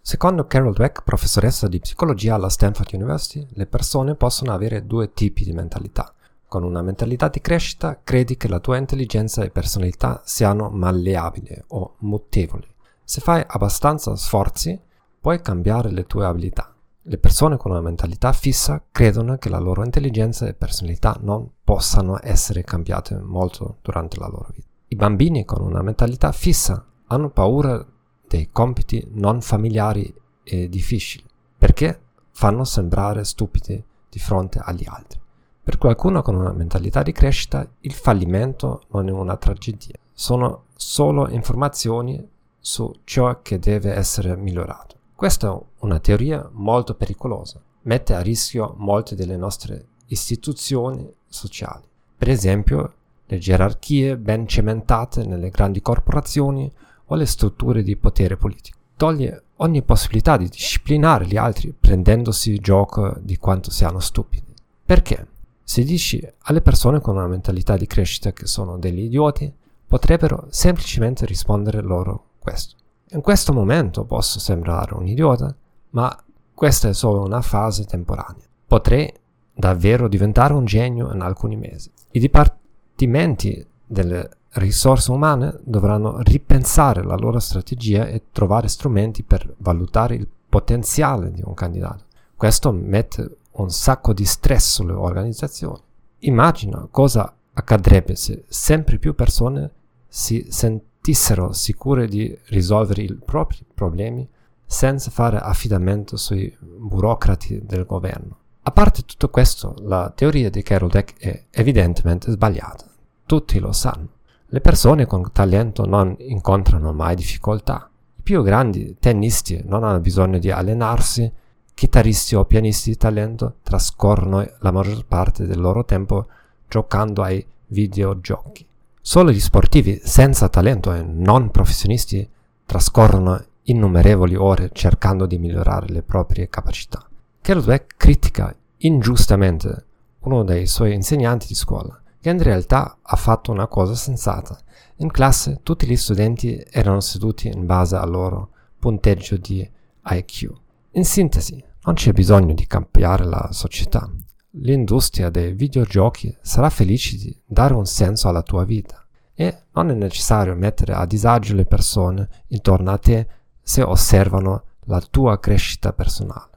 Secondo Carol Dweck, professoressa di psicologia alla Stanford University, le persone possono avere due tipi di mentalità. Con una mentalità di crescita credi che la tua intelligenza e personalità siano malleabili o mutevoli. Se fai abbastanza sforzi, puoi cambiare le tue abilità. Le persone con una mentalità fissa credono che la loro intelligenza e personalità non possano essere cambiate molto durante la loro vita. I bambini con una mentalità fissa hanno paura dei compiti non familiari e difficili, perché fanno sembrare stupidi di fronte agli altri. Per qualcuno con una mentalità di crescita, il fallimento non è una tragedia, sono solo informazioni su ciò che deve essere migliorato. Questa è una teoria molto pericolosa, mette a rischio molte delle nostre istituzioni sociali. Per esempio, le gerarchie ben cementate nelle grandi corporazioni o le strutture di potere politico. Toglie ogni possibilità di disciplinare gli altri prendendosi gioco di quanto siano stupidi. Perché? Se dici alle persone con una mentalità di crescita che sono degli idioti, potrebbero semplicemente rispondere loro questo. In questo momento posso sembrare un idiota, ma questa è solo una fase temporanea. Potrei davvero diventare un genio in alcuni mesi. I dipartimenti delle risorse umane dovranno ripensare la loro strategia e trovare strumenti per valutare il potenziale di un candidato. Questo mette un sacco di stress sulle organizzazioni. Immagina cosa accadrebbe se sempre più persone si sentissero sicure di risolvere i propri problemi senza fare affidamento sui burocrati del governo. A parte tutto questo, la teoria di Carol Dweck è evidentemente sbagliata. Tutti lo sanno. Le persone con talento non incontrano mai difficoltà. I più grandi tennisti non hanno bisogno di allenarsi, chitarristi o pianisti di talento trascorrono la maggior parte del loro tempo giocando ai videogiochi. Solo gli sportivi senza talento e non professionisti trascorrono innumerevoli ore cercando di migliorare le proprie capacità. Carol Dweck critica ingiustamente uno dei suoi insegnanti di scuola, che in realtà ha fatto una cosa sensata. In classe tutti gli studenti erano seduti in base al loro punteggio di IQ. In sintesi, non c'è bisogno di cambiare la società. L'industria dei videogiochi sarà felice di dare un senso alla tua vita e non è necessario mettere a disagio le persone intorno a te se osservano la tua crescita personale.